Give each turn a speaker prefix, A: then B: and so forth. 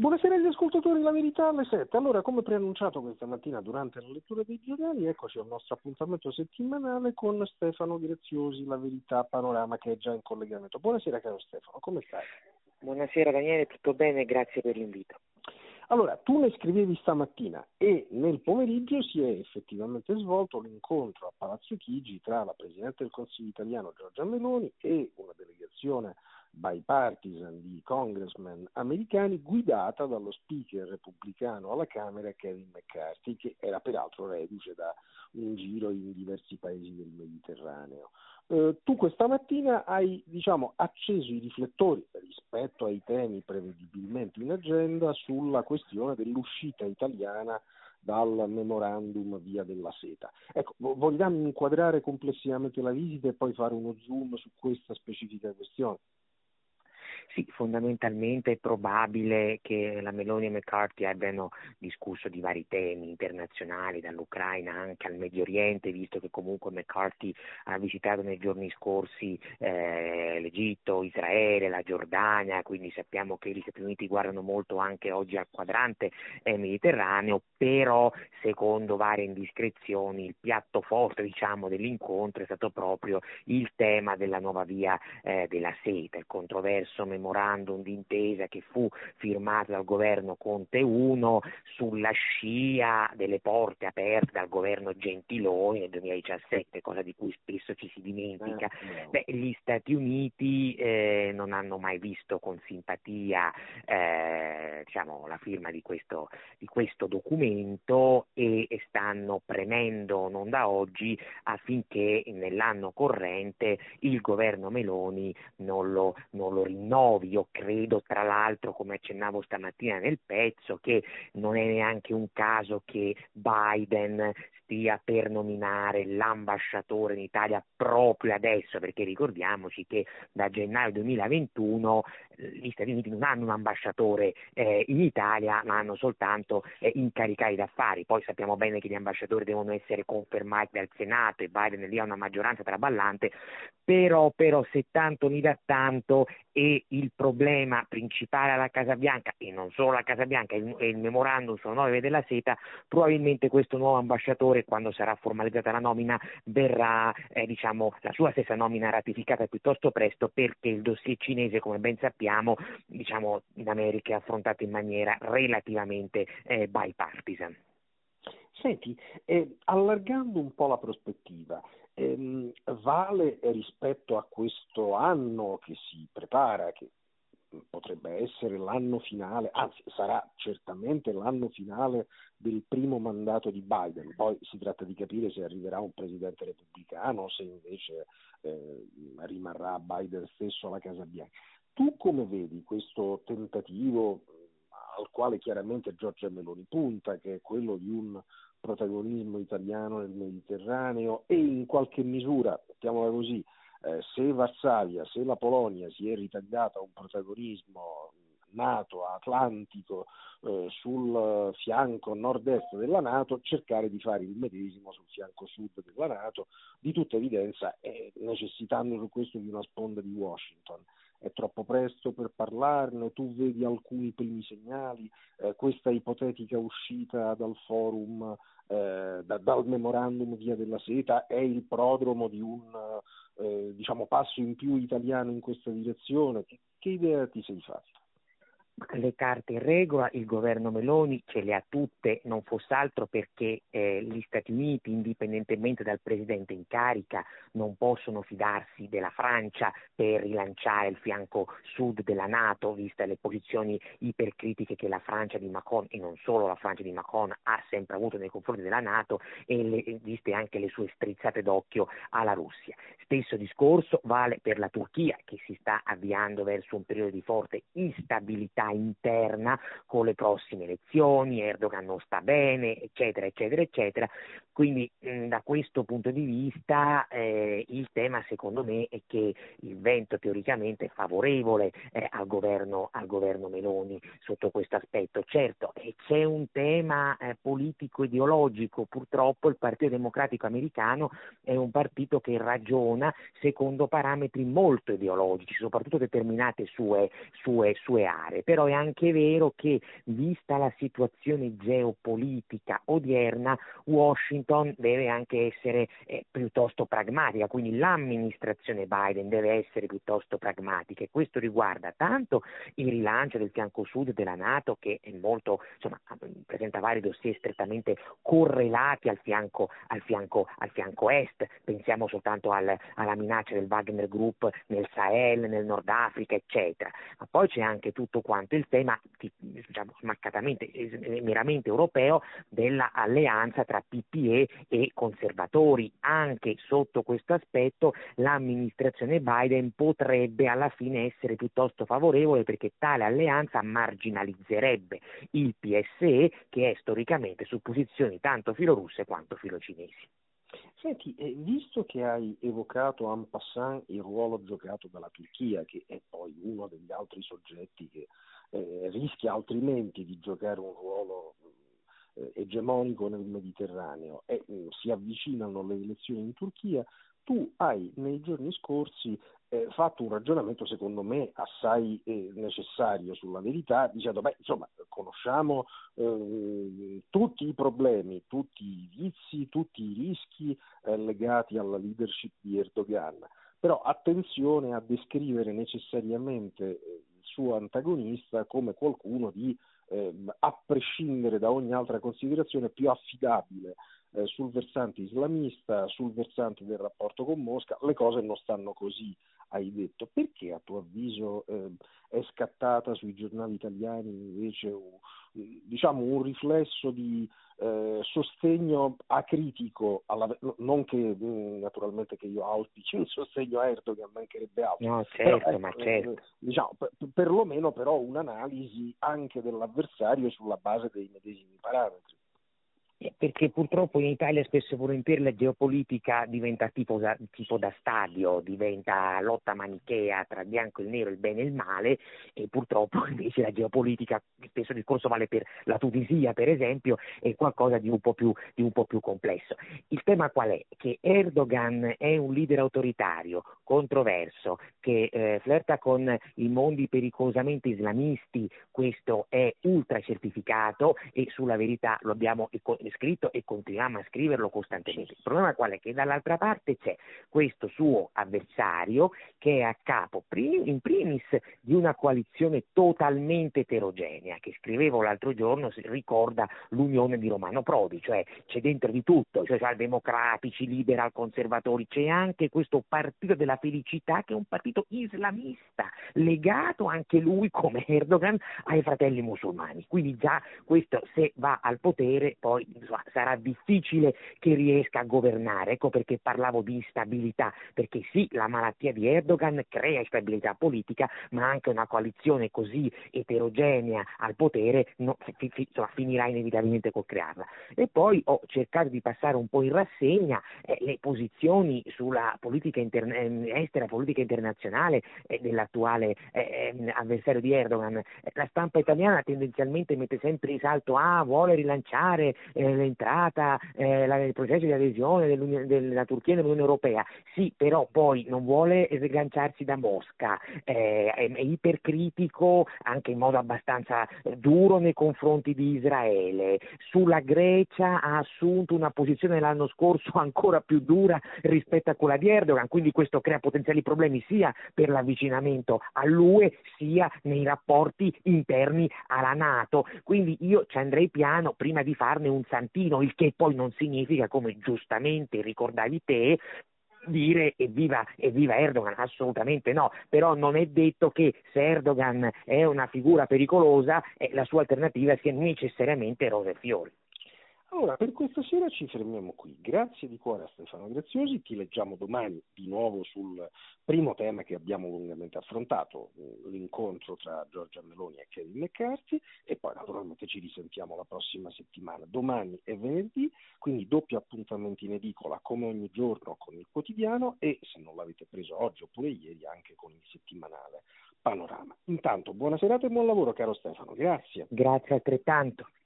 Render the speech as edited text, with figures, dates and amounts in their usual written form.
A: Buonasera agli ascoltatori, la verità alle 7. Allora, come preannunciato questa mattina durante la lettura dei giornali, eccoci al nostro appuntamento settimanale con Stefano Graziosi, La Verità Panorama, che è già in collegamento. Buonasera caro Stefano, come stai?
B: Buonasera Daniele, tutto bene? Grazie per l'invito.
A: Allora, tu ne scrivevi stamattina e nel pomeriggio si è effettivamente svolto l'incontro a Palazzo Chigi tra la Presidente del Consiglio italiano Giorgia Meloni e una delegazione bipartisan di congressmen americani guidata dallo speaker repubblicano alla Camera Kevin McCarthy, che era peraltro reduce da un giro in diversi paesi del Mediterraneo. Tu questa mattina hai, acceso i riflettori rispetto ai temi prevedibilmente in agenda sulla questione dell'uscita italiana dal memorandum Via della Seta. Ecco, vogliamo inquadrare complessivamente la visita e poi fare uno zoom su questa specifica questione?
B: Sì, fondamentalmente è probabile che la Meloni e McCarthy abbiano discusso di vari temi internazionali, dall'Ucraina anche al Medio Oriente, visto che comunque McCarthy ha visitato nei giorni scorsi l'Egitto, Israele, la Giordania, quindi sappiamo che gli Stati Uniti guardano molto anche oggi al quadrante mediterraneo, però secondo varie indiscrezioni il piatto forte dell'incontro è stato proprio il tema della nuova Via della Seta, il controverso memorandum d'intesa che fu firmato dal governo Conte 1 sulla scia delle porte aperte dal governo Gentiloni nel 2017, cosa di cui spesso ci si dimentica. Gli Stati Uniti non hanno mai visto con simpatia la firma di questo documento e stanno premendo non da oggi affinché nell'anno corrente il governo Meloni non lo rinnovi. Io credo, tra l'altro, come accennavo stamattina nel pezzo, che non è neanche un caso che Biden stia per nominare l'ambasciatore in Italia proprio adesso, perché ricordiamoci che da gennaio 2021 gli Stati Uniti non hanno un ambasciatore in Italia, ma hanno soltanto incaricati d'affari. Poi sappiamo bene che gli ambasciatori devono essere confermati dal Senato e Biden lì ha una maggioranza traballante, però se tanto mi dà tanto, e il problema principale alla Casa Bianca, e non solo alla Casa Bianca, e il memorandum sulla nuova Via della Seta, probabilmente questo nuovo ambasciatore, quando sarà formalizzata la nomina, verrà la sua stessa nomina ratificata piuttosto presto, perché il dossier cinese, come ben sappiamo, in America è affrontato in maniera relativamente bipartisan.
A: Senti, allargando un po' la prospettiva, vale rispetto a questo anno che si prepara, che potrebbe essere l'anno finale, anzi sarà certamente l'anno finale del primo mandato di Biden, poi si tratta di capire se arriverà un presidente repubblicano o se invece rimarrà Biden stesso alla Casa Bianca. Tu come vedi questo tentativo al quale chiaramente Giorgia Meloni punta, che è quello di un protagonismo italiano nel Mediterraneo e in qualche misura, mettiamola così, se Varsavia, se la Polonia si è ritagliata un protagonismo NATO, atlantico, sul fianco nord-est della NATO, cercare di fare il medesimo sul fianco sud della NATO, di tutta evidenza necessitando su questo di una sponda di Washington. È troppo presto per parlarne? Tu vedi alcuni primi segnali? Questa ipotetica uscita dal forum, dal memorandum Via della Seta, è il prodromo di un passo in più italiano in questa direzione? Che idea ti sei fatta?
B: Le carte in regola il governo Meloni ce le ha tutte, non fosse altro perché gli Stati Uniti, indipendentemente dal presidente in carica, non possono fidarsi della Francia per rilanciare il fianco sud della NATO, viste le posizioni ipercritiche che la Francia di Macron, e non solo la Francia di Macron, ha sempre avuto nei confronti della NATO, e viste anche le sue strizzate d'occhio alla Russia. Stesso discorso vale per la Turchia, che si sta avviando verso un periodo di forte instabilità interna con le prossime elezioni, Erdogan non sta bene, eccetera, eccetera, eccetera. Quindi da questo punto di vista il tema secondo me è che il vento teoricamente è favorevole al governo Meloni sotto questo aspetto. Certo, c'è un tema politico ideologico, purtroppo il Partito Democratico americano è un partito che ragiona secondo parametri molto ideologici, soprattutto determinate sue aree, però è anche vero che, vista la situazione geopolitica odierna, Washington deve anche essere piuttosto pragmatica, quindi l'amministrazione Biden deve essere piuttosto pragmatica, e questo riguarda tanto il rilancio del fianco sud della NATO, che è molto, insomma, presenta vari dossier strettamente correlati al fianco est. Pensiamo soltanto alla minaccia del Wagner Group nel Sahel, nel Nord Africa, eccetera. Ma poi c'è anche tutto quanto il tema, diciamo, smaccatamente, meramente europeo, della alleanza tra PPE e conservatori. Anche sotto questo aspetto l'amministrazione Biden potrebbe alla fine essere piuttosto favorevole, perché tale alleanza marginalizzerebbe il PSE, che è storicamente su posizioni tanto filorusse quanto filocinesi.
A: Senti, visto che hai evocato en passant il ruolo giocato dalla Turchia, che è poi uno degli altri soggetti che rischia altrimenti di giocare un ruolo egemonico nel Mediterraneo, e si avvicinano le elezioni in Turchia, tu hai nei giorni scorsi fatto un ragionamento secondo me assai necessario sulla verità, dicendo insomma, conosciamo tutti i problemi, tutti i vizi, tutti i rischi legati alla leadership di Erdogan, però attenzione a descrivere necessariamente il suo antagonista come qualcuno di a prescindere da ogni altra considerazione più affidabile sul versante islamista, sul versante del rapporto con Mosca. Le cose non stanno così, hai detto. Perché a tuo avviso è scattata sui giornali italiani invece un riflesso di sostegno acritico, non che naturalmente che io auspici un sostegno a Erdogan, mancherebbe altro,
B: No,
A: però,
B: certo, ma certo.
A: diciamo, perlomeno però un'analisi anche dell'avversario sulla base dei medesimi parametri.
B: Perché purtroppo in Italia spesso e volentieri la geopolitica diventa tipo da stadio, diventa lotta manichea tra il bianco e il nero, il bene e il male, e purtroppo invece la geopolitica, stesso discorso vale per la Tunisia per esempio, è qualcosa di un po' più complesso. Il tema qual è? Che Erdogan è un leader autoritario, controverso, che flirta con i mondi pericolosamente islamisti, questo è ultra certificato, e sulla verità lo abbiamo scritto e continuiamo a scriverlo costantemente. Il problema qual è? Che dall'altra parte c'è questo suo avversario che è a capo in primis di una coalizione totalmente eterogenea, che scrivevo l'altro giorno, ricorda l'unione di Romano Prodi, cioè c'è dentro di tutto, democratici, liberal, conservatori, c'è anche questo partito della felicità che è un partito islamista, legato anche lui come Erdogan ai fratelli musulmani, quindi già questo, se va al potere poi sarà difficile che riesca a governare. Ecco perché parlavo di instabilità, perché sì, la malattia di Erdogan crea instabilità politica, ma anche una coalizione così eterogenea al potere finirà inevitabilmente col crearla. E poi ho cercato di passare un po' in rassegna le posizioni sulla politica estera, politica internazionale dell'attuale avversario di Erdogan. La stampa italiana tendenzialmente mette sempre in salto vuole rilanciare l'entrata, il processo di adesione della Turchia nell'Unione Europea. Sì, però poi non vuole sganciarsi da Mosca, è ipercritico anche in modo abbastanza duro nei confronti di Israele. Sulla Grecia ha assunto una posizione l'anno scorso ancora più dura rispetto a quella di Erdogan, quindi questo crea potenziali problemi sia per l'avvicinamento all'UE sia nei rapporti interni alla NATO. Quindi io ci andrei piano prima di farne un santino, il che poi non significa, come giustamente ricordavi te, dire evviva Erdogan, assolutamente no, però non è detto che se Erdogan è una figura pericolosa la sua alternativa sia necessariamente rose e fiori.
A: Allora, per questa sera ci fermiamo qui. Grazie di cuore a Stefano Graziosi, ti leggiamo domani di nuovo sul primo tema che abbiamo lungamente affrontato, l'incontro tra Giorgia Meloni e Kevin McCarthy, e poi naturalmente ci risentiamo la prossima settimana, domani e venerdì, quindi doppio appuntamento in edicola come ogni giorno con il quotidiano e, se non l'avete preso oggi oppure ieri, anche con il settimanale Panorama. Intanto buona serata e buon lavoro caro Stefano, grazie.
B: Grazie altrettanto.